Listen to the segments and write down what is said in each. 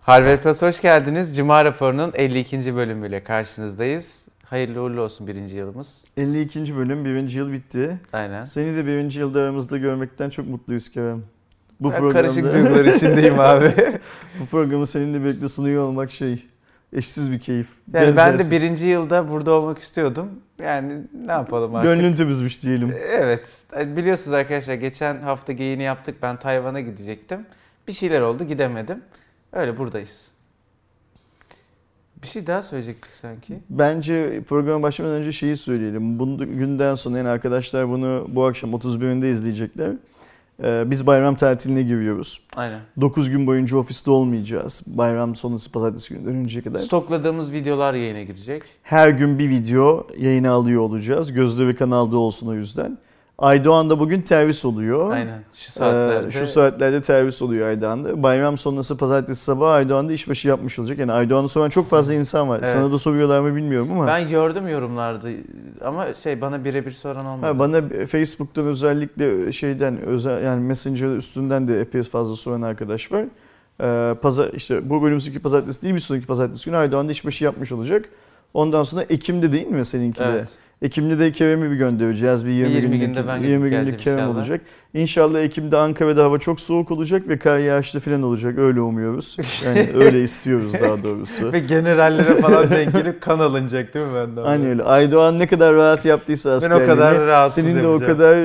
Harvard Plus hoş geldiniz. Cuma raporunun 52. bölümüyle karşınızdayız. Hayırlı uğurlu olsun birinci yılımız. 52. bölüm, birinci yıl bitti. Aynen. Seni de birinci yılda aramızda görmekten çok mutluyuz Kerem. Karışık duygular içindeyim abi. Bu programı seninle birlikte sunuyor olmak eşsiz bir keyif. Yani ben de birinci yılda burada olmak istiyordum. Yani ne yapalım artık. Gönlün temizmiş diyelim. Evet. Biliyorsunuz arkadaşlar geçen hafta geyini yaptık. Ben Tayvan'a gidecektim. Bir şeyler oldu, gidemedim. Öyle buradayız. Bir şey daha söyleyecektik sanki. Bence programa başlamadan önce şeyi söyleyelim. Günden sonra yani arkadaşlar bunu bu akşam 31'inde izleyecekler. Biz bayram tatiline giriyoruz. Aynen. 9 gün boyunca ofiste olmayacağız. Bayram sonrası pazartesi günü dönünceye kadar. Stokladığımız videolar yayına girecek. Her gün bir video yayına alıyor olacağız. Gözleri kanalda olsun o yüzden. Aydoğan'da bugün servis oluyor. Aynen. Şu saatlerde servis oluyor Aydoğan'da. Bayram sonrası pazartesi sabahı Aydoğan'da işbaşı yapmış olacak. Yani Aydoğan'ı soran çok fazla insan var. Evet. Sana da soruyorlar mı bilmiyorum ama. Ben gördüm yorumlarda ama bana birebir soran olmadı. Bana Facebook'tan özellikle yani Messenger üstünden de epey fazla soran arkadaş var. İşte bu bölümümüzdeki pazartesi değil, bir sonraki pazartesi günü Aydoğan'da işbaşı yapmış olacak. Ondan sonra Ekim'de değil mi seninki de? Evet. Ekim'de de Kerem'i bir göndereceğiz. Bir 20 günlük Kerem olacak. İnşallah Ekim'de Ankara'da hava çok soğuk olacak ve kar yağışlı falan olacak. Öyle umuyoruz. Yani öyle istiyoruz daha doğrusu. Ve generallere falan denk gelip kan alınacak değil mi benden? Aynen öyle. Aydoğan ne kadar rahat yaptıysa askerliğini, ben o kadar rahatsız senin de yapacağım. O kadar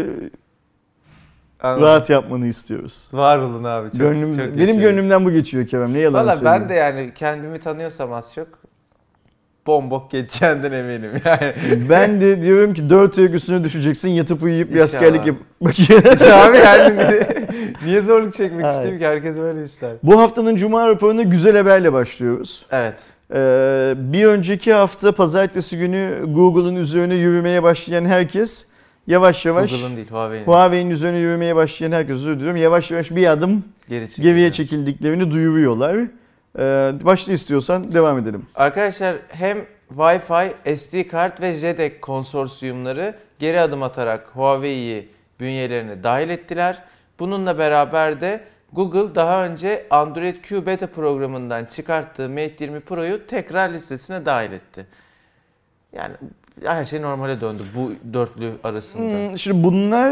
rahat yapmanı istiyoruz. Var olun abi. Çok benim gönlümden bu geçiyor Kerem. Ne yalan söyleyeyim. Valla ben de yani kendimi tanıyorsam az çok bombok geçeceğinden eminim yani. Ben de diyorum ki 4 ayak üstüne düşeceksin, yatıp uyuyup bir askerlik yap. Abi yani niye zorluk çekmek isteyeyim ki? Herkes öyle ister. Bu haftanın Cuma raporuna güzel haberle başlıyoruz. Evet. Bir önceki hafta pazartesi günü Google'un üzerine yürümeye başlayan herkes yavaş yavaş Google'un değil, Huawei'nin üzerine yürümeye başlayan herkes, özür diliyorum, yavaş yavaş bir adım geriye çekildiklerini duyuruyorlar. Başta istiyorsan devam edelim. Arkadaşlar hem Wi-Fi, SD kart ve JEDEC konsorsiyumları geri adım atarak Huawei'yi bünyelerine dahil ettiler. Bununla beraber de Google daha önce Android Q Beta programından çıkarttığı Mate 20 Pro'yu tekrar listesine dahil etti. Yani her şey normale döndü bu dörtlü arasında. Şimdi bunlar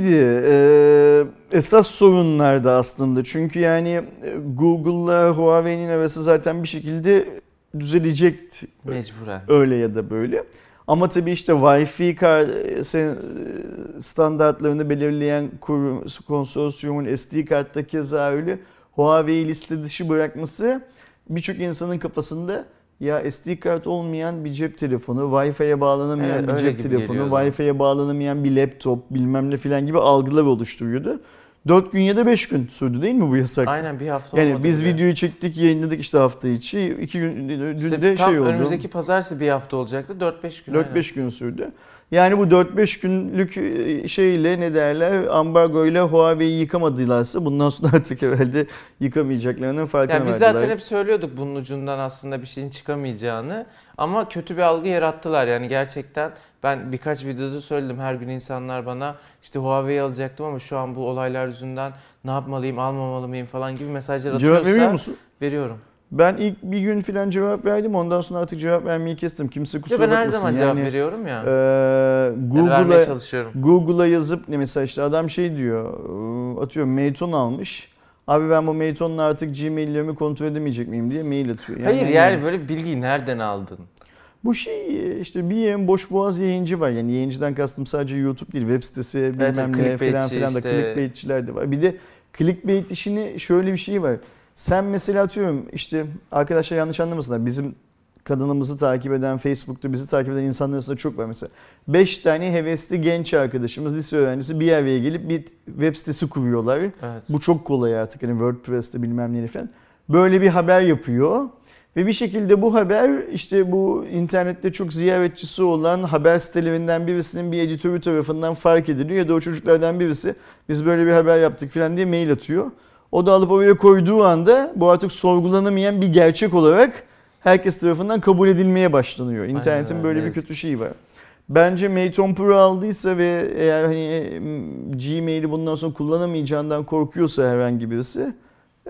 esas sorunlardı aslında. Çünkü yani Google'la Huawei'nin arası zaten bir şekilde düzelecekti. Mecburen. Öyle ya da böyle. Ama tabii işte Wi-Fi standartlarını belirleyen konsorsiyumun SD kartta keza öyle. Huawei'yi liste dışı bırakması birçok insanın kafasında ya SD kart olmayan bir cep telefonu, Wi-Fi'ye bağlanamayan bir cep telefonu, Wi-Fi'ye bağlanamayan bir laptop bilmem ne filan gibi algılar oluşturuyordu. 4 gün ya da 5 gün sürdü değil mi bu yasak? Aynen, bir hafta yani biz videoyu çektik, yayınladık işte hafta içi. 2 gün de tam oldu. Önümüzdeki pazartesi bir hafta olacaktı. 4-5 gün. 4-5 gün sürdü. Yani bu 4-5 günlük ambargoyla Huawei'yi yıkamadılarsa bundan sonra artık herhalde yıkamayacaklarının farkına yani biz vardılar. zaten hep söylüyorduk bunun ucundan aslında bir şeyin çıkamayacağını. Ama kötü bir algı yarattılar. Yani gerçekten ben birkaç videoda söyledim. Her gün insanlar bana işte Huawei'yi alacaktım ama şu an bu olaylar yüzünden ne yapmalıyım, almamalı mıyım falan gibi mesajlar atıyorsa. Cevap veriyor musun? Veriyorum. Ben ilk bir gün falan cevap verdim. Ondan sonra artık cevap vermeyi kestim. Kimse kusura bakmasın. Ben her zaman cevap veriyorum ya. Google'a yazıp mesela işte adam diyor, atıyorum Meiton almış. Abi ben bu Meiton'la artık Gmail'lerimi kontrol edemeyecek miyim diye mail atıyor. Hayır yani böyle bilgiyi nereden aldın? Bu işte bir boş boğaz yayıncı var. Yani yayıncıdan kastım sadece YouTube değil, web sitesi bilmem ne falan da clickbaitçiler de var. Bir de clickbait işini şöyle bir şey var. Sen mesela atıyorum işte arkadaşlar yanlış anlamasınlar, bizim kanalımızı takip eden, Facebook'ta bizi takip eden insanlar arasında çok var mesela. 5 tane hevesli genç arkadaşımız, lise öğrencisi bir araya gelip bir web sitesi kuruyorlar. Evet. Bu çok kolay artık, hani WordPress'te bilmem ne falan. Böyle bir haber yapıyor. Ve bir şekilde bu haber işte bu internette çok ziyaretçisi olan haber sitelerinden birisinin bir editörü tarafından fark ediliyor ya da o çocuklardan birisi biz böyle bir haber yaptık falan diye mail atıyor. O da alıp oraya koyduğu anda bu artık sorgulanamayan bir gerçek olarak herkes tarafından kabul edilmeye başlanıyor. İnternetin aynen, böyle bir kötü şeyi var. Bence Mate 10 Pro aldıysa ve eğer Gmail'i bundan sonra kullanamayacağından korkuyorsa herhangi birisi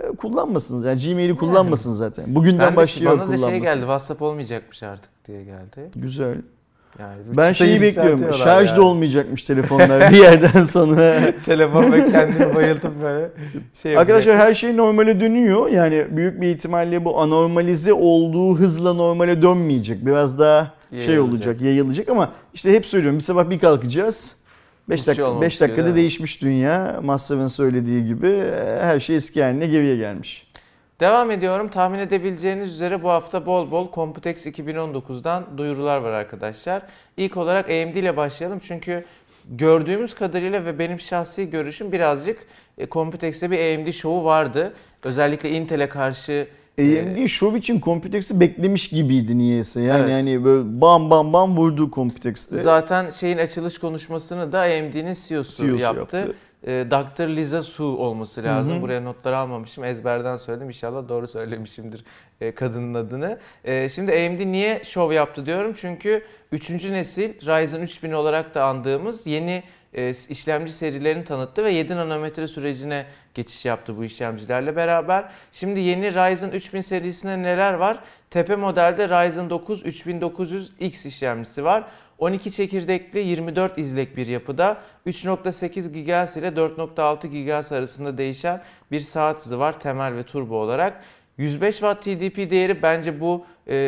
kullanmasın. Yani Gmail'i kullanmasın zaten. Bugünden başlıyor kullanmasın. Bana da şey geldi, WhatsApp olmayacakmış artık diye geldi. Güzel. Yani ben şeyi bekliyorum. Şarj da olmayacakmış telefonlar bir yerden sonra. Telefon ve kendini bayıltıp böyle şey Arkadaşlar her şey normale dönüyor. Yani büyük bir ihtimalle bu anormalize olduğu hızla normale dönmeyecek. Biraz daha olacak, yayılacak ama işte hep söylüyorum bir sabah bir kalkacağız. 5 dakikada değişmiş dünya. Mazhar'ın söylediği gibi her şey eski haline geriye gelmiş. Devam ediyorum. Tahmin edebileceğiniz üzere bu hafta bol bol Computex 2019'dan duyurular var arkadaşlar. İlk olarak AMD ile başlayalım çünkü gördüğümüz kadarıyla ve benim şahsi görüşüm birazcık Computex'te bir AMD şovu vardı. Özellikle Intel'e karşı AMD şov için Computex'i beklemiş gibiydi niyeyse. Yani hani böyle bam bam bam vurdu Computex'te. Zaten şeyin açılış konuşmasını da AMD'nin CEO'su yaptı. Dr. Lisa Su olması lazım. Hı-hı. Buraya notları almamışım. Ezberden söyledim. İnşallah doğru söylemişimdir kadının adını. Şimdi AMD niye şov yaptı diyorum. Çünkü 3. nesil Ryzen 3000 olarak da andığımız yeni işlemci serilerini tanıttı ve 7 nanometre sürecine geçiş yaptı bu işlemcilerle beraber. Şimdi yeni Ryzen 3000 serisinde neler var? Tepe modelde Ryzen 9 3900X işlemcisi var. 12 çekirdekli 24 izlek bir yapıda 3.8 GHz ile 4.6 GHz arasında değişen bir saat hızı var temel ve turbo olarak. 105 Watt TDP değeri bence bu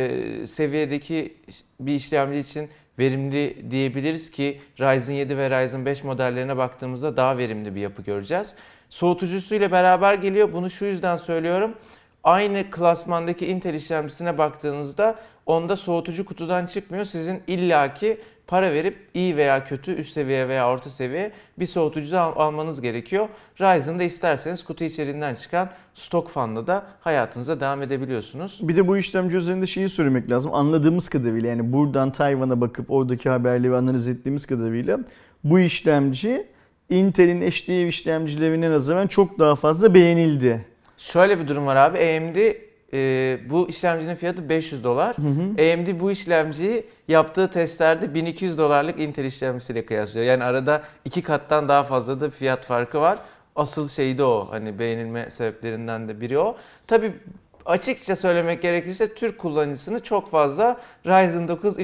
seviyedeki bir işlemci için verimli diyebiliriz ki Ryzen 7 ve Ryzen 5 modellerine baktığımızda daha verimli bir yapı göreceğiz. Soğutucusuyla beraber geliyor. Bunu şu yüzden söylüyorum. Aynı klasmandaki Intel işlemcisine baktığınızda onda soğutucu kutudan çıkmıyor. Sizin illaki para verip iyi veya kötü, üst seviye veya orta seviye bir soğutucu almanız gerekiyor. Ryzen'da isterseniz kutu içerisinden çıkan stok fanla da hayatınıza devam edebiliyorsunuz. Bir de bu işlemci üzerinde şeyi söylemek lazım. Anladığımız kadarıyla yani buradan Tayvan'a bakıp oradaki haberleri analiz ettiğimiz kadarıyla bu işlemci Intel'in HDF işlemcilerine nazaran çok daha fazla beğenildi. Şöyle bir durum var abi. AMD bu işlemcinin fiyatı $500. AMD bu işlemciyi yaptığı testlerde $1200 Intel işlemcisiyle kıyaslıyor. Yani arada 2 kattan daha fazla da fiyat farkı var. Asıl şey de o. Hani beğenilme sebeplerinden de biri o. Tabii açıkça söylemek gerekirse Türk kullanıcısını çok fazla Ryzen 9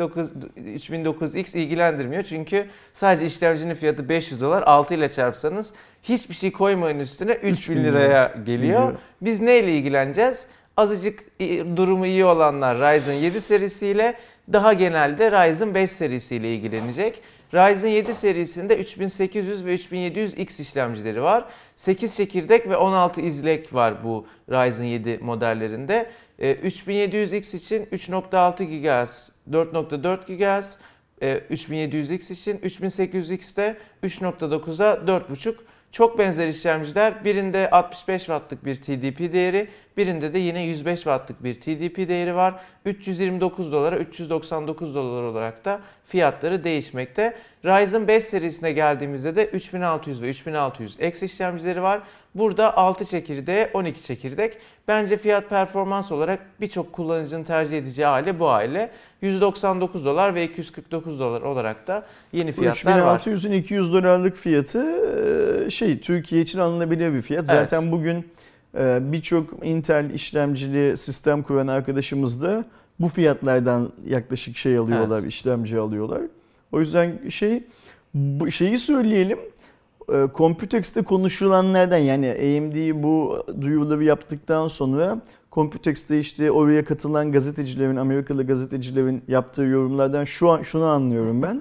3900X ilgilendirmiyor. Çünkü sadece işlemcinin fiyatı $500. 6 ile çarpsanız hiçbir şey koymayın üstüne 3000 liraya geliyor. Biz neyle ilgileneceğiz? Azıcık durumu iyi olanlar Ryzen 7 serisiyle, daha genelde Ryzen 5 serisiyle ilgilenecek. Ryzen 7 serisinde 3800 ve 3700X işlemcileri var. 8 çekirdek ve 16 izlek var bu Ryzen 7 modellerinde. 3700X için 3.6 GHz, 4.4 GHz, 3700X için 3800X'te 3.9'a 4.5. Çok benzer işlemciler. Birinde 65 Watt'lık bir TDP değeri, birinde de yine 105 Watt'lık bir TDP değeri var. $329'a $399 olarak da fiyatları değişmekte. Ryzen 5 serisine geldiğimizde de 3600 ve 3600X işlemcileri var. Burada 6 çekirdeğe 12 çekirdek. Bence fiyat performans olarak birçok kullanıcının tercih edeceği aile bu aile. $199 ve $249 olarak da yeni fiyatlar var. 3600'ün $200 fiyatı Türkiye için alınabilir bir fiyat. Evet. Zaten bugün birçok Intel işlemcili sistem kuran arkadaşımız da bu fiyatlardan yaklaşık alıyorlar, evet, işlemci alıyorlar. O yüzden şeyi söyleyelim. Computex'te konuşulanlardan yani AMD bu duyuruları yaptıktan sonra Computex'te işte oraya katılan gazetecilerin, Amerikalı gazetecilerin yaptığı yorumlardan şunu anlıyorum ben.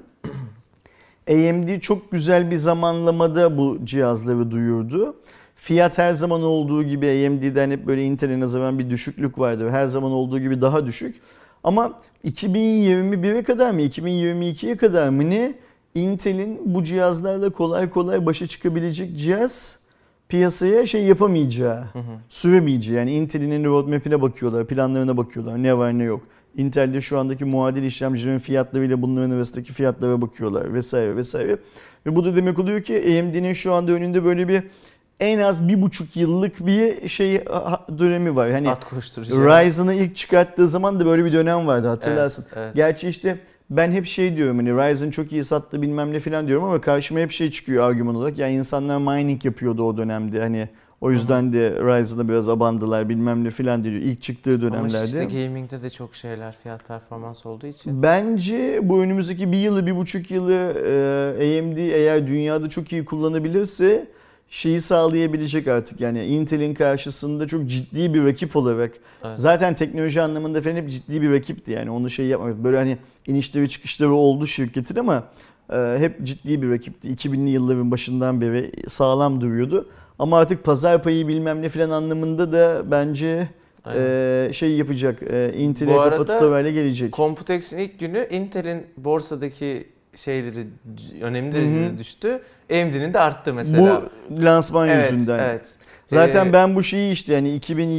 AMD çok güzel bir zamanlamada bu cihazları duyurdu. Fiyat her zaman olduğu gibi AMD'den hep böyle Intel'e nazaran bir düşüklük vardı. Her zaman olduğu gibi daha düşük. Ama 2021'e kadar mı, 2022'ye kadar mı ne? Intel'in bu cihazlarla kolay kolay başa çıkabilecek cihaz piyasaya yapamayacağı, süremeyeceği. Yani Intel'in roadmap'ine bakıyorlar, planlarına bakıyorlar. Ne var ne yok. Intel'de şu andaki muadil işlemcilerin fiyatlarıyla bunların arasındaki fiyatlara bakıyorlar vesaire vesaire. Ve bu da demek oluyor ki AMD'nin şu anda önünde böyle bir en az 1,5 yıllık bir dönemi var. Hani Ryzen'ı ilk çıkarttığı zaman da böyle bir dönem vardı, hatırlarsın. Evet, evet. Gerçi işte ben hep diyorum hani Ryzen çok iyi sattı bilmem ne falan diyorum ama karşıma hep çıkıyor argüman olarak. Yani insanlar mining yapıyordu o dönemde. Hani O yüzden de Ryzen'a biraz abandılar bilmem ne filan diyor ilk çıktığı dönemlerde. Ama işte gaming'de de çok şeyler fiyat performans olduğu için. Bence bu önümüzdeki bir yılı, 1,5 yılı AMD eğer dünyada çok iyi kullanabilirse şeyi sağlayabilecek artık. Yani Intel'in karşısında çok ciddi bir rakip olarak. Evet. Zaten teknoloji anlamında falan hep ciddi bir rakipti yani onu şey yapmak. Böyle hani inişleri çıkışları oldu şirketin ama hep ciddi bir rakipti. 2000'li yılların başından beri sağlam duruyordu. Ama artık pazar payı bilmem ne falan anlamında da bence şey yapacak. Intel'e kafa tutar hale gelecek. Computex'in ilk günü Intel'in borsadaki şeyleri önemli derecede düştü. AMD'nin de arttı mesela. Bu lansman yüzünden. Evet. Zaten ben bu şeyi işte yani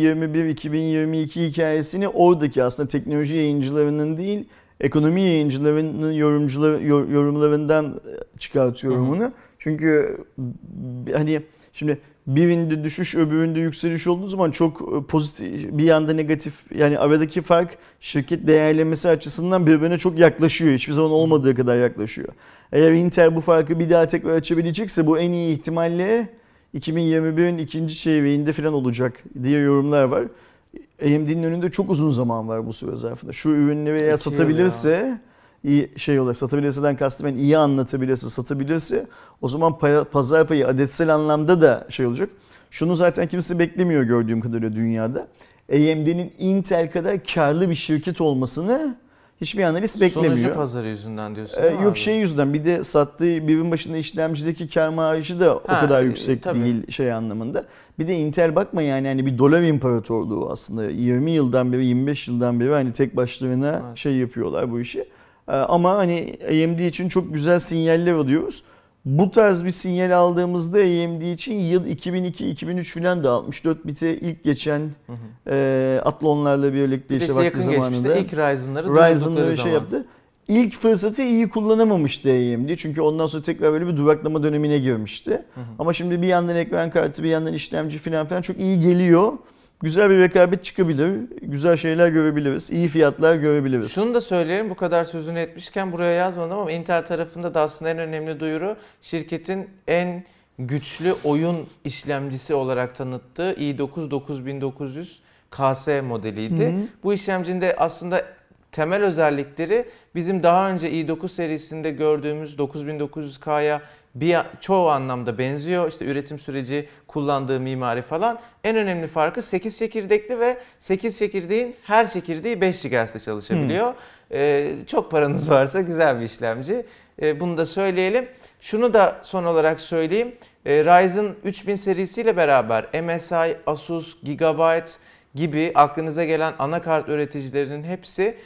2021-2022 hikayesini oradaki aslında teknoloji yayıncılarının değil ekonomi yayıncılarının yorumlarından çıkartıyorum onu. Çünkü hani şimdi birinde düşüş öbüründe yükseliş olduğu zaman çok pozitif bir yanda negatif yani aradaki fark şirket değerlemesi açısından birbirine çok yaklaşıyor. Hiçbir zaman olmadığı kadar yaklaşıyor. Eğer Intel bu farkı bir daha tekrar açabilecekse bu en iyi ihtimalle 2021'in ikinci çeyreğinde falan olacak diye yorumlar var. AMD'nin önünde çok uzun zaman var bu süre zarfında. Şu ürünleri eğer satabilirse iyi şey olur. Satabilirseden kastım yani iyi anlatabilirse, satabilirse o zaman pazar payı adetsel anlamda da şey olacak. Şunu zaten kimse beklemiyor gördüğüm kadarıyla dünyada. AMD'nin Intel kadar karlı bir şirket olmasını hiçbir analist beklemiyor. Sonucu pazarı yüzünden diyorsun yok abi? Şey yüzünden bir de sattığı birim başında işlemcideki kar marjı da o kadar yüksek değil şey anlamında. Bir de Intel bakma yani hani bir dolar imparatorluğu aslında 20 yıldan beri 25 yıldan beri hani tek başlarına şey yapıyorlar bu işi. Ama hani AMD için çok güzel sinyaller alıyoruz. Bu tarz bir sinyal aldığımızda AMD için yıl 2002-2003 falan da 64 bite ilk geçen Athlon'larla birlikte işte vakti zamanında ilk Ryzen'ları şey yaptı. İlk fırsatı iyi kullanamamıştı AMD. Çünkü ondan sonra tekrar böyle bir duraklama dönemine girmişti. Ama şimdi bir yandan ekran kartı bir yandan işlemci falan çok iyi geliyor. Güzel bir rekabet çıkabilir. Güzel şeyler görebiliriz. İyi fiyatlar görebiliriz. Şunu da söyleyelim bu kadar sözünü etmişken buraya yazmadım ama Intel tarafında da aslında en önemli duyuru şirketin en güçlü oyun işlemcisi olarak tanıttığı i9 9900 KS modeliydi. Bu işlemcinin de aslında temel özellikleri bizim daha önce i9 serisinde gördüğümüz 9900K'ya çoğu anlamda benziyor. İşte üretim süreci, kullandığı mimari falan. En önemli farkı 8 çekirdekli ve 8 çekirdeğin her çekirdeği 5 GHz'de çalışabiliyor. Çok paranız varsa güzel bir işlemci. Bunu da söyleyelim. Şunu da son olarak söyleyeyim. Ryzen 3000 serisiyle beraber MSI, Asus, Gigabyte gibi aklınıza gelen anakart üreticilerinin hepsi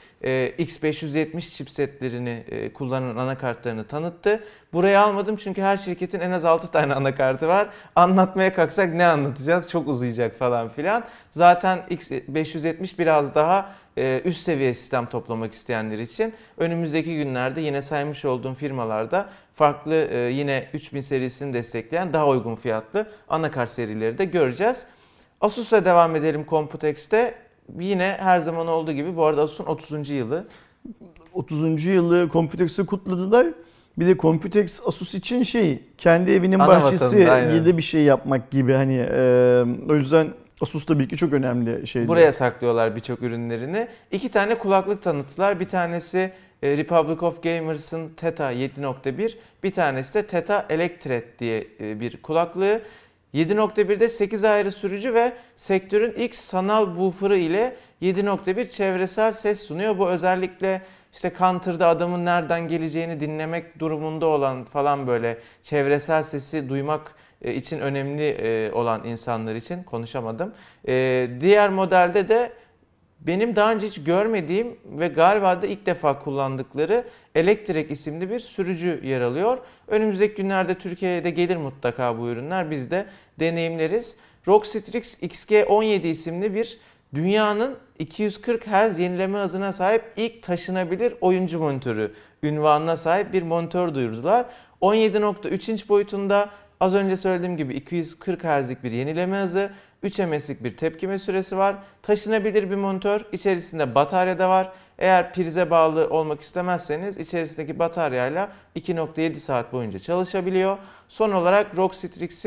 X570 chipsetlerini kullanan anakartlarını tanıttı. Buraya almadım çünkü her şirketin en az 6 tane anakartı var. Anlatmaya kalksak ne anlatacağız? Çok uzayacak falan filan. Zaten X570 biraz daha üst seviye sistem toplamak isteyenler için önümüzdeki günlerde yine saymış olduğum firmalarda farklı yine 3000 serisini destekleyen daha uygun fiyatlı anakart serileri de göreceğiz. Asus'a devam edelim Computex'te. Yine her zaman olduğu gibi bu arada Asus'un 30. yılı. 30. yılı Computex'i kutladılar. Bir de Computex Asus için kendi evinin bahçesi gibi bir şey yapmak gibi hani o yüzden Asus tabii ki çok önemli şeydi. Buraya saklıyorlar birçok ürünlerini. 2 tane kulaklık tanıttılar. Bir tanesi Republic of Gamers'ın Theta 7.1, bir tanesi de Theta Electret diye bir kulaklığı. 7.1'de 8 ayrı sürücü ve sektörün ilk sanal woofer'ı ile 7.1 çevresel ses sunuyor. Bu özellikle işte counter'da adamın nereden geleceğini dinlemek durumunda olan falan böyle çevresel sesi duymak için önemli olan insanlar için konuşamadım. Diğer modelde de benim daha önce hiç görmediğim ve galiba da ilk defa kullandıkları Electrek isimli bir sürücü yer alıyor. Önümüzdeki günlerde Türkiye'de gelir mutlaka bu ürünler. Biz de deneyimleriz. ROG Strix XG17 isimli bir dünyanın 240 Hz yenileme hızına sahip ilk taşınabilir oyuncu monitörü ünvanına sahip bir monitör duyurdular. 17.3 inç boyutunda az önce söylediğim gibi 240 Hz'lik bir yenileme hızı, 3 ms'lik bir tepkime süresi var. Taşınabilir bir monitör, içerisinde batarya da var. Eğer prize bağlı olmak istemezseniz içerisindeki bataryayla 2.7 saat boyunca çalışabiliyor. Son olarak ROG Strix'in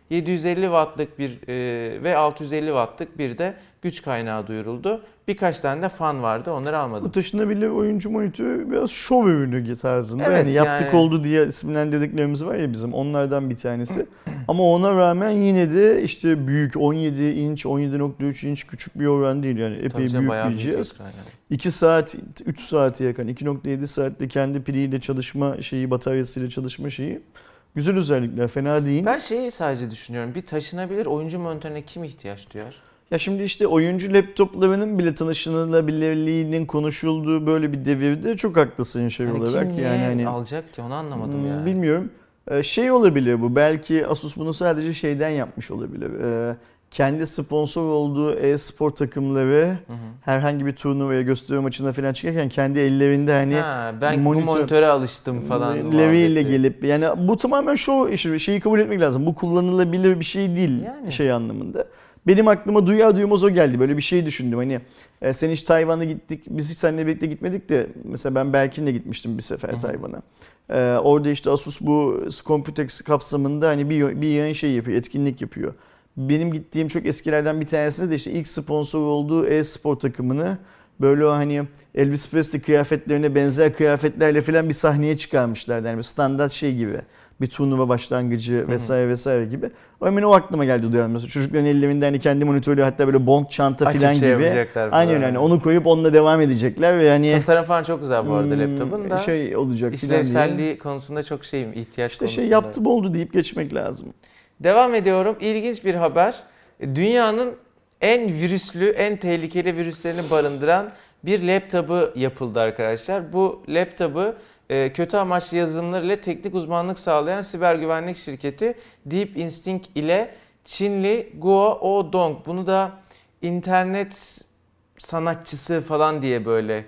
750 wattlık bir ve 650 wattlık bir de güç kaynağı duyuruldu. Birkaç tane de fan vardı. Onları almadım. Bu taşınabilir oyuncu monitörü biraz şov ürünü tarzında. Evet, yani yaptık oldu diye isimlendirdiklerimiz var ya bizim. Onlardan bir tanesi. Ama ona rağmen yine de işte büyük 17 inç, 17.3 inç küçük bir oran değil. Yani epey büyük bir cihaz. 2 saat, 3 saate yakın, 2.7 saatte kendi piliyle çalışma şeyi, bataryasıyla çalışma şeyi. Güzel özellikler, fena değil. Ben şeyi sadece düşünüyorum. Bir taşınabilir oyuncu monitörüne kim ihtiyaç duyar? Ya şimdi işte oyuncu laptoplarının bile tanışılabilirliğinin konuşulduğu böyle bir devirde çok haklısın şey hani olarak. Kim yani niye hani alacak ki onu anlamadım yani. Bilmiyorum. Şey olabilir bu. Belki Asus bunu sadece şeyden yapmış olabilir. Kendi sponsor olduğu e-spor takımları herhangi bir turnuvaya, gösteri maçına falan çıkarken kendi ellerinde hani ben bu monitöre alıştım falan. Levyeyle gelip yani bu tamamen şeyi kabul etmek lazım. Bu kullanılabilir bir şey değil yani. Şey anlamında. Benim aklıma duyar duymaz o geldi. Böyle bir şey düşündüm. Hani sen hiç Tayvan'a gittik. Biz hiç seninle birlikte gitmedik de mesela ben Berkin'le gitmiştim bir sefer Tayvan'a. Orada işte Asus bu Computex kapsamında hani bir yayın şey yapıyor, etkinlik yapıyor. Benim gittiğim çok eskilerden bir tanesinde de işte ilk sponsor olduğu e-spor takımını böyle o hani Elvis Presley kıyafetlerine benzer kıyafetlerle falan bir sahneye çıkarmışlardı. Yani standart şey gibi. Bir turnuva başlangıcı vesaire vesaire gibi. Hemen o aklıma geldi duyarım. Mesela çocukların ellerinde hani kendi monitörü hatta böyle Bond çanta falan gibi. Aynen yani onu koyup onunla devam edecekler ve yani tasarım falan çok güzel bu arada laptopun da. Şey olacak işlevselliği konusunda çok şeyim ihtiyaç işte konusunda. Şey yaptı oldu deyip geçmek lazım. Devam ediyorum. İlginç bir haber. Dünyanın en virüslü, en tehlikeli virüslerini barındıran bir laptopu yapıldı arkadaşlar. Bu laptopu kötü amaçlı yazılımlar ile teknik uzmanlık sağlayan siber güvenlik şirketi Deep Instinct ile Çinli Guo Odong. Bunu da internet sanatçısı falan diye böyle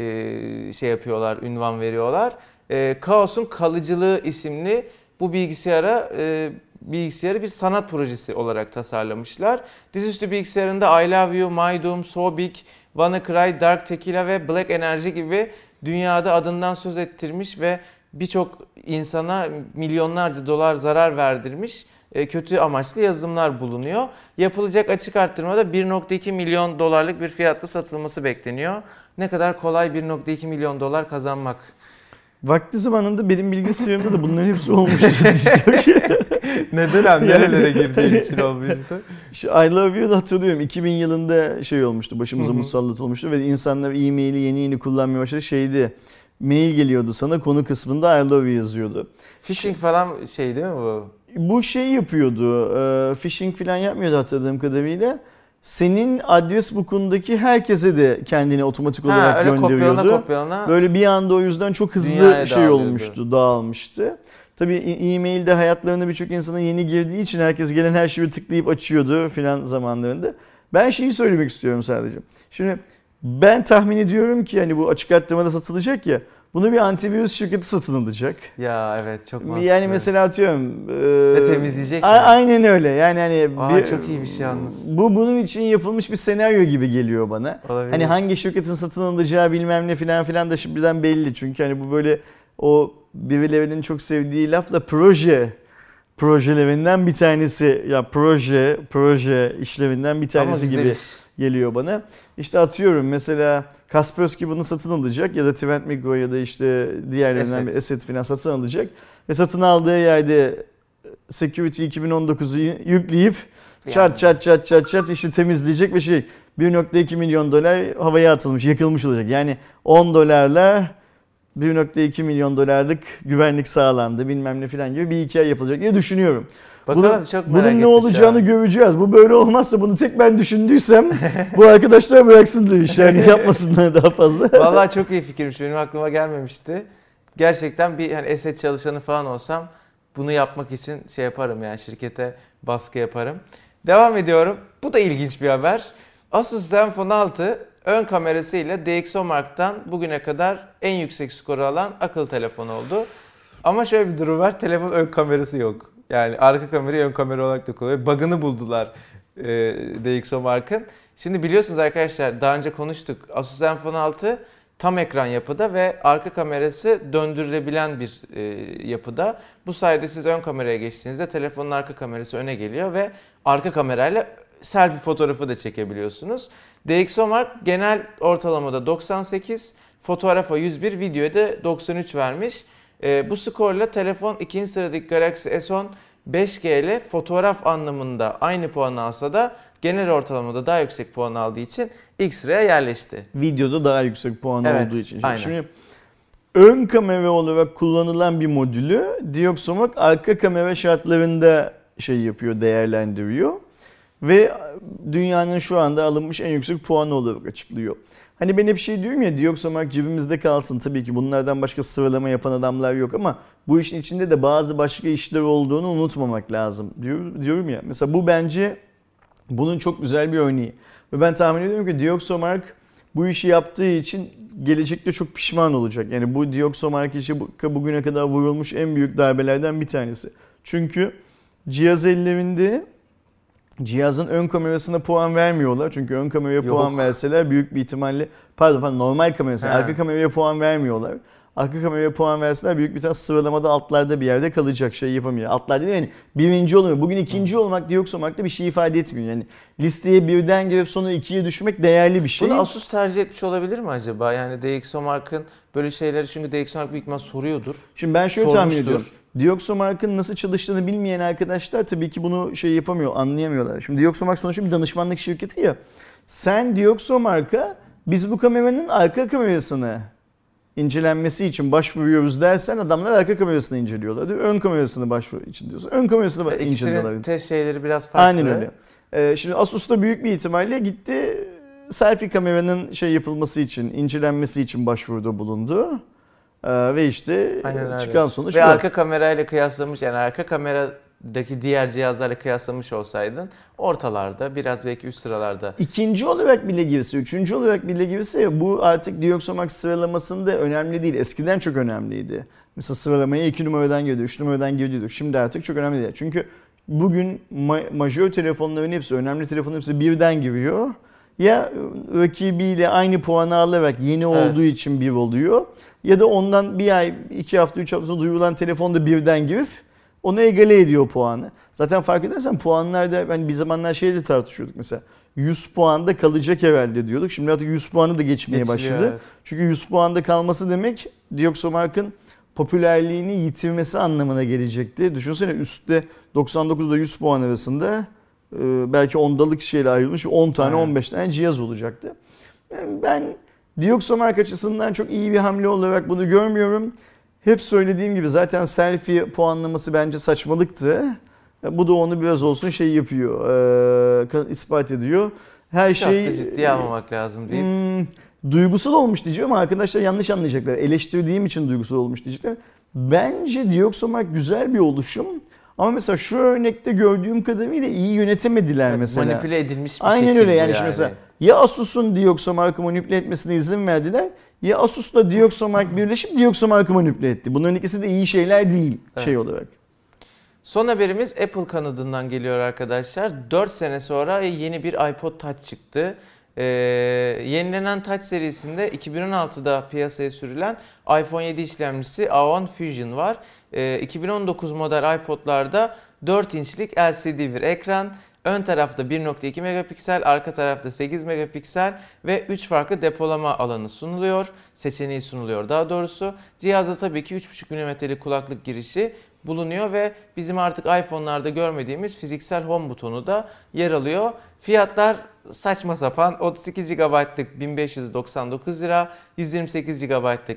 şey yapıyorlar, ünvan veriyorlar. Kaos'un Kalıcılığı isimli bu bilgisayarı bir sanat projesi olarak tasarlamışlar. Dizüstü bilgisayarında I Love You, My Doom, So Big, WannaCry, Dark Tequila ve Black Energy gibi dünyada adından söz ettirmiş ve birçok insana milyonlarca dolar zarar verdirmiş kötü amaçlı yazılımlar bulunuyor. Yapılacak açık arttırmada 1.2 milyon dolarlık bir fiyatla satılması bekleniyor. Ne kadar kolay 1.2 milyon dolar kazanmak. Vakti zamanında benim bilgisayarımda da bunların hepsi olmuştu. Neden abi? Nerelere girdiğin için olmuştu? I Love You'da hatırlıyorum. 2000 yılında şey olmuştu. Başımıza musallat olmuştu ve insanlar e-maili yeni kullanmaya başladı. Şeydi. Mail geliyordu sana. Konu kısmında I Love You yazıyordu. Phishing falan şey değil mi bu? Bu şey yapıyordu. Phishing falan yapmıyordu hatırladığım kadarıyla. Senin adres book'undaki herkese de kendini otomatik olarak gönderiyordu. Kopyalana. Böyle bir anda o yüzden çok hızlı şey olmuştu, dağılmıştı. Tabii e-mailde hayatlarına birçok insana yeni girdiği için herkes gelen her şeyi tıklayıp açıyordu filan zamanlarında. Ben şeyi söylemek istiyorum sadece. Şimdi ben tahmin ediyorum ki hani bu açık arttırmada satılacak ya. Bunu bir antivirüs şirketi satın alacak. Ya evet çok mantıklı. Yani mesela atıyorum. Ve temizleyecek mi? Aynen öyle. Yani hani çok iyiymiş yalnız. Bunun için yapılmış bir senaryo gibi geliyor bana. Olabilir. Hani hangi şirketin satın alınacağı bilmem ne filan da şimdiden belli. Çünkü hani bu böyle o birilerinin çok sevdiği lafla projelerinden bir tanesi ya proje işlevinden bir tanesi gibi geliyor bana. İşte atıyorum mesela Kaspersky bunu satın alacak ya da Trend Micro ya da işte diğerlerinden bir Asset falan satın alacak ve satın aldığı yerde Security 2019'u yükleyip çat işte temizleyecek ve 1.2 milyon dolar havaya atılmış, yakılmış olacak. Yani 10 dolarla 1.2 milyon dolarlık güvenlik sağlandı bilmem ne falan gibi bir hikaye yapılacak diye düşünüyorum. Bakalım çok merak bunun ne olacağını göreceğiz. Bu böyle olmazsa bunu tek ben düşündüysem bu arkadaşlar bıraksınlar iş yani yapmasınlar daha fazla. Vallahi çok iyi fikirmiş. Benim aklıma gelmemişti. Gerçekten bir hani Asset çalışanı falan olsam bunu yapmak için şey yaparım yani şirkete baskı yaparım. Devam ediyorum. Bu da ilginç bir haber. Asus Zenfone 6 ön kamerasıyla DxOMark'tan bugüne kadar en yüksek skoru alan akıllı telefon oldu. Ama şöyle bir durum var. Telefon ön kamerası yok. Yani arka kamerayı ön kamera olarak da kullanıyor. Bug'ını buldular DxOMark'ın. Şimdi biliyorsunuz arkadaşlar daha önce konuştuk. Asus Zenfone 6 tam ekran yapıda ve arka kamerası döndürülebilen bir yapıda. Bu sayede siz ön kameraya geçtiğinizde telefonun arka kamerası öne geliyor ve arka kamerayla selfie fotoğrafı da çekebiliyorsunuz. DxOMark genel ortalamada 98, fotoğrafa 101, videoya da 93 vermiş. Bu skorla telefon ikinci sıradaki Galaxy S10 5G ile fotoğraf anlamında aynı puanı alsa da genel ortalamada daha yüksek puan aldığı için ilk sıraya yerleşti. Videoda daha yüksek puan olduğu için. Aynen. Şimdi ön kamera olarak kullanılan bir modülü DxOMark arka kamera şartlarında yapıyor, değerlendiriyor. Ve dünyanın şu anda alınmış en yüksek puanı olarak açıklıyor. Hani ben hep diyorum ya, DxOMark cebimizde kalsın. Tabii ki bunlardan başka sıralama yapan adamlar yok ama bu işin içinde de bazı başka işler olduğunu unutmamak lazım diyorum ya. Mesela bu bence bunun çok güzel bir örneği. Ve ben tahmin ediyorum ki DxOMark bu işi yaptığı için gelecekte çok pişman olacak. Yani bu DxOMark işi bugüne kadar vurulmuş en büyük darbelerden bir tanesi. Çünkü cihaz ellerinde, cihazın ön kamerasına puan vermiyorlar. Çünkü ön kameraya puan verseler büyük bir ihtimalle normal kamerasına, arka kameraya puan vermiyorlar. Arka kameraya puan verseler büyük bir ihtimalle sıralamada altlarda bir yerde kalacak, yapamıyor. Altlarda değil yani, birinci olmuyor. Bugün ikinci olmak DxOMark'ta bir şey ifade etmiyor. Yani listeye birden girip sonra ikiye düşmek değerli bir şey. Bunu Asus tercih etmiş olabilir mi acaba? Yani DxOMark'ın böyle şeyleri, çünkü DxOMark büyük ihtimal soruyordur. Şimdi ben şöyle tahmin ediyorum. DxOMark'ın nasıl çalıştığını bilmeyen arkadaşlar tabii ki bunu yapamıyor, anlayamıyorlar. Şimdi DxOMark sonuçta bir danışmanlık şirketi ya. Sen DxOMark'a biz bu kameranın arka kamerasını incelenmesi için başvuruyoruz dersen adamlar arka kamerasını inceliyorlar. Ön kamerasını başvuru için diyorsun. Ön kamerasını inceliyorlar. İkisinin test şeyleri biraz farklı. Aynen öyle. Şimdi Asus da büyük bir ihtimalle gitti selfie kameranın yapılması için, incelenmesi için başvuruda bulundu. Ve çıkan sonuç ve arka kamerayla kıyaslamış, yani arka kameradaki diğer cihazlarla kıyaslamış olsaydın ortalarda, biraz belki üst sıralarda. İkinci olarak bile girse, üçüncü olarak bile girse bu artık DxOMark sıralamasında önemli değil. Eskiden çok önemliydi. Mesela sıralamaya 2 numaradan girdi, 3 numaradan giriyorduk. Şimdi artık çok önemli değil. Çünkü bugün majör telefonların hepsi, önemli telefonların hepsi birden giriyor. Ya rakibiyle aynı puanı alarak yeni olduğu için bir oluyor. Ya da ondan bir ay, 2 hafta, 3 hafta sonra duyurulan telefonda birden girip ona egale ediyor puanı. Zaten fark edersen puanlarda bir zamanlar de tartışıyorduk mesela. 100 puanda kalacak herhalde diyorduk. Şimdi artık 100 puanı da geçmeye başladı. Evet. Çünkü 100 puanda kalması demek DxOMark'ın popülerliğini yitirmesi anlamına gelecekti. Düşünsene, üstte 99'da 100 puan arasında belki ondalık ayrılmış 10 tane 15 tane cihaz olacaktı. Ben DxOMark açısından çok iyi bir hamle olarak bunu görmüyorum. Hep söylediğim gibi zaten selfie puanlaması bence saçmalıktı. Bu da onu biraz olsun yapıyor, ispat ediyor. Her şey ciddiye almamak lazım deyip. Duygusal olmuş diyeceğim ama arkadaşlar yanlış anlayacaklar. Eleştirdiğim için duygusal olmuş diyecekler. Bence DxOMark güzel bir oluşum. Ama mesela şu örnekte gördüğüm kadarıyla iyi yönetemediler mesela. Manipüle edilmiş bir Aynen öyle yani. Şimdi mesela ya Asus'un DxOMark'ı manipüle etmesine izin verdiler ya Asus'la DxOMark birleşip DxOMark'ı manipüle etti. Bunların ikisi de iyi şeyler değil olarak. Son haberimiz Apple kanadından geliyor arkadaşlar. 4 sene sonra yeni bir iPod Touch çıktı. Yenilenen Touch serisinde 2016'da piyasaya sürülen iPhone 7 işlemcisi A10 Fusion var. 2019 model iPod'larda 4 inçlik LCD bir ekran, ön tarafta 1.2 megapiksel, arka tarafta 8 megapiksel ve 3 farklı depolama alanı seçeneği sunuluyor daha doğrusu. Cihazda tabii ki 3.5 mm'lik kulaklık girişi bulunuyor ve bizim artık iPhone'larda görmediğimiz fiziksel home butonu da yer alıyor. Fiyatlar saçma sapan. 32 GB'lık 1599 lira, 128 GB'lık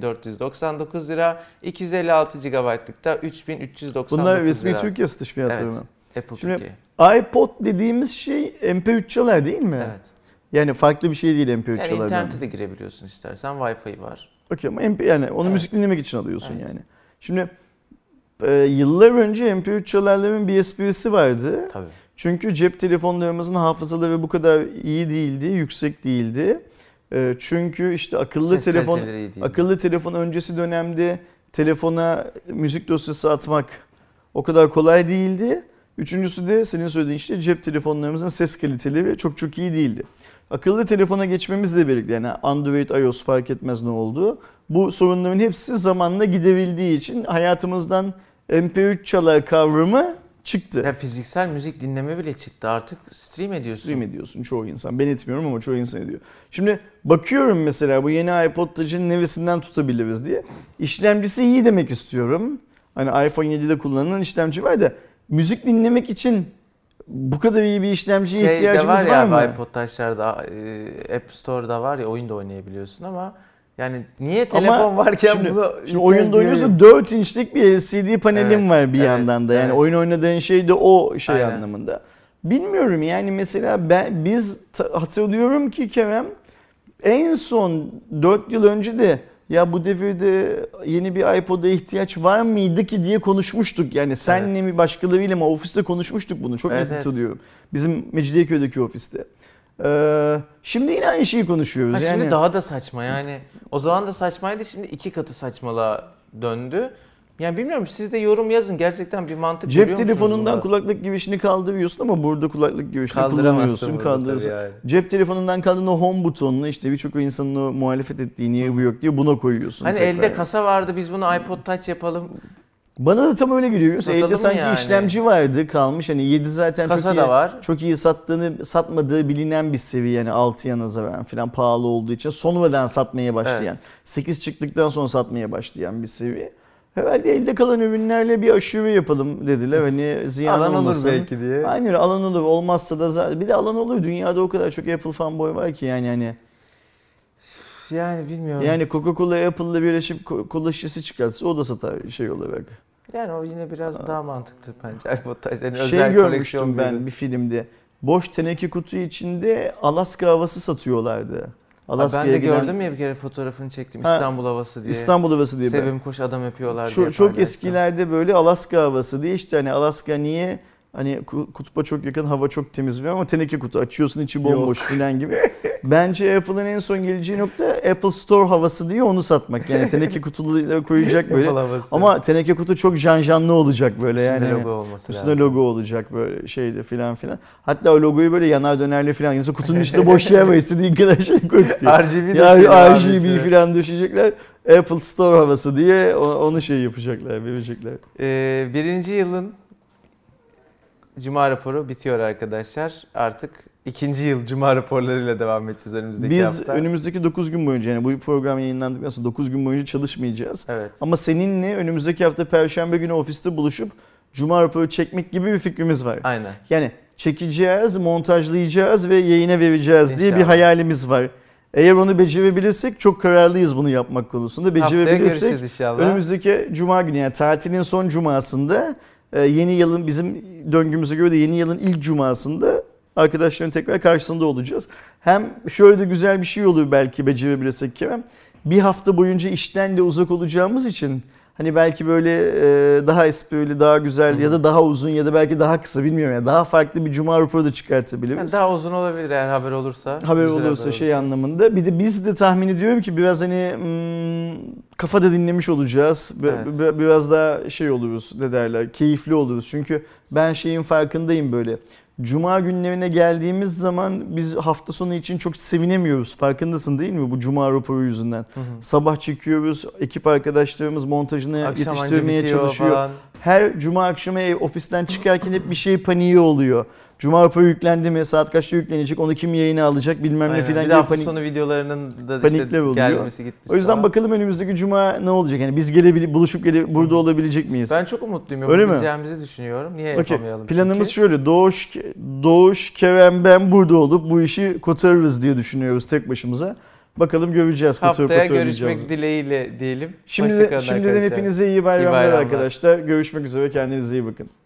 2499 lira, 256 GB'lık da 3399 lira. Bunlar resmi Türkiye satış fiyatları mı? Apple Şimdi Türkiye. iPod dediğimiz şey MP3 çalar değil mi? Evet. Yani farklı bir şey değil MP3 çalar. Yani internete de girebiliyorsun istersen, Wi-Fi var. Okey ama yani onu müzik dinlemek için alıyorsun yani. Şimdi yıllar önce MP3 çalarların bir esprisi vardı. Tabii. Çünkü cep telefonlarımızın hafızaları bu kadar iyi değildi, yüksek değildi. Çünkü akıllı telefon öncesi dönemde telefona müzik dosyası atmak o kadar kolay değildi. Üçüncüsü de senin söylediğin işte cep telefonlarımızın ses kaliteleri çok çok iyi değildi. Akıllı telefona geçmemizle birlikte yani Android, iOS fark etmez ne olduğu. Bu sorunların hepsi zamanla giderildiği için hayatımızdan MP3 çalar kavramı çıktı. Ya fiziksel müzik dinleme bile çıktı. Artık stream ediyorsun. Stream ediyorsun çoğu insan. Ben etmiyorum ama çoğu insan ediyor. Şimdi bakıyorum mesela bu yeni iPod Touch'ın neresinden tutabiliriz diye. İşlemcisi iyi demek istiyorum. Hani iPhone 7'de kullanılan işlemci var da müzik dinlemek için bu kadar iyi bir işlemciye ihtiyacımız var mı? iPod Touch'larda App Store'da var ya oyun da oynayabiliyorsun ama yani niye telefon varken şimdi oyunda oynuyorsun 4 inçlik bir LCD panelim var bir yandan da. Yani oyun oynadığın şey de o şey anlamında. Bilmiyorum yani mesela hatırlıyorum ki Kerem en son 4 yıl önce de ya bu devirde yeni bir iPod'a ihtiyaç var mıydı ki diye konuşmuştuk. Yani senle mi başkalarıyla mı ofiste konuşmuştuk bunu. Çok net hatırlıyorum. Bizim Mecidiyeköy'deki ofiste. Şimdi yine aynı şeyi konuşuyoruz. Şimdi daha da saçma yani. O zaman da saçmaydı, şimdi 2 katı saçmalığa döndü. Yani bilmiyorum, siz de yorum yazın. Gerçekten bir mantık görüyor musunuz? Cep telefonundan kulaklık girişini kaldırıyorsun ama burada kulaklık girişini kullanıyorsun. Yani. Cep telefonundan kaldığın o home butonunu işte birçok insanın o muhalefet ettiği niye bu yok diye buna koyuyorsun. Hani elde kasa vardı, biz bunu iPod Touch yapalım. Bana da tam öyle geliyor. Elde sanki yani işlemci vardı kalmış. Hani 7 zaten çok iyi satmadığı bilinen bir seviye. Yani 6'ya nazaran falan pahalı olduğu için sonradan satmaya başlayan. 8 çıktıktan sonra satmaya başlayan bir seviye. Herhalde elde kalan ürünlerle bir aşırı yapalım dediler. Hani ziyan alan olmasın. Olur belki diye. Aynen, alan olur. Olmazsa da zaten bir de alan olur. Dünyada o kadar çok Apple fanboy var ki yani hani. Yani bilmiyorum. Yani Coca-Cola Apple'la birleşip kola şişesi çıkartsa o da satar şey olarak. Yani o yine biraz daha mantıklı bence iPod Touch. Yani özel görmüştüm ben bir filmde. Boş teneke kutu içinde Alaska havası satıyorlardı. Ben de gördüm ya bir kere, fotoğrafını çektim. İstanbul havası diye. İstanbul havası diye. Sevim koş adam öpüyorlar diye. Çok eskilerde böyle Alaska havası diye işte hani Alaska niye hani kutba çok yakın, hava çok temiz ama teneke kutu açıyorsun içi bomboş falan gibi. Bence Apple'ın en son geleceği nokta Apple Store havası diye onu satmak. Yani teneke kutuları koyacak böyle. Ama teneke kutu çok janjanlı olacak böyle yani. Üstünde logo olması lazım. Üstünde logo olacak böyle şeyde filan filan. Hatta o logoyu böyle yanar dönerli filan. Yani kutunun içinde boş yer var, istediğin kadar şey koy diye. RGB filan düşecekler. Apple Store havası diye onu şey yapacaklar, verecekler. Birinci yılın Cuma raporu bitiyor arkadaşlar. Artık ikinci yıl Cuma raporlarıyla devam edeceğiz önümüzdeki hafta. Biz önümüzdeki 9 gün boyunca, yani bu program yayınlandıktan sonra 9 gün boyunca çalışmayacağız. Evet. Ama seninle önümüzdeki hafta Perşembe günü ofiste buluşup Cuma raporu çekmek gibi bir fikrimiz var. Aynen. Yani çekeceğiz, montajlayacağız ve yayına vereceğiz diye bir hayalimiz var. Eğer onu becerebilirsek çok kararlıyız bunu yapmak konusunda. Becerebilirsek önümüzdeki Cuma günü, yani tatilin son Cumasında yeni yılın, bizim döngümüze göre de yeni yılın ilk Cumasında arkadaşların tekrar karşısında olacağız. Hem şöyle de güzel bir şey olur belki becerebilirsek Kerem. Bir hafta boyunca işten de uzak olacağımız için hani belki böyle daha esprili, daha güzel ya da daha uzun ya da belki daha kısa, bilmiyorum yani daha farklı bir Cuma raporu da çıkartabiliriz. Yani daha uzun olabilir eğer haber olursa. Haber olursa şey anlamında. Bir de biz de tahmin ediyorum ki biraz hani kafada dinlemiş olacağız. Evet. Biraz daha şey oluruz, ne derler, keyifli oluruz. Çünkü ben şeyin farkındayım böyle. Cuma günlerine geldiğimiz zaman biz hafta sonu için çok sevinemiyoruz. Farkındasın değil mi bu Cuma raporu yüzünden? Sabah çekiyoruz, ekip arkadaşlarımız montajını akşam yetiştirmeye çalışıyor. Falan. Her Cuma akşamı ofisten çıkarken hep bir şey paniği oluyor. Cuma raporu yüklendi mi, saat kaçta yüklenecek, onu kim yayına alacak bilmem ne filan. Bir de hafta sonu videolarının da işte gelmesi gitmesi. O yüzden falan. Bakalım önümüzdeki Cuma ne olacak? Yani biz buluşup burada olabilecek miyiz? Ben çok umutluyum. Öyle yapabileceğimizi düşünüyorum. Niye yapamayalım? Planımız şöyle. Doğuş, Kerem, ben burada olup bu işi kotarırız diye düşünüyoruz tek başımıza. Bakalım göreceğiz. Haftaya görüşmek dileğiyle diyelim. Şimdiden hepinize iyi bayramlar arkadaşlar. Görüşmek üzere. Kendinize iyi bakın.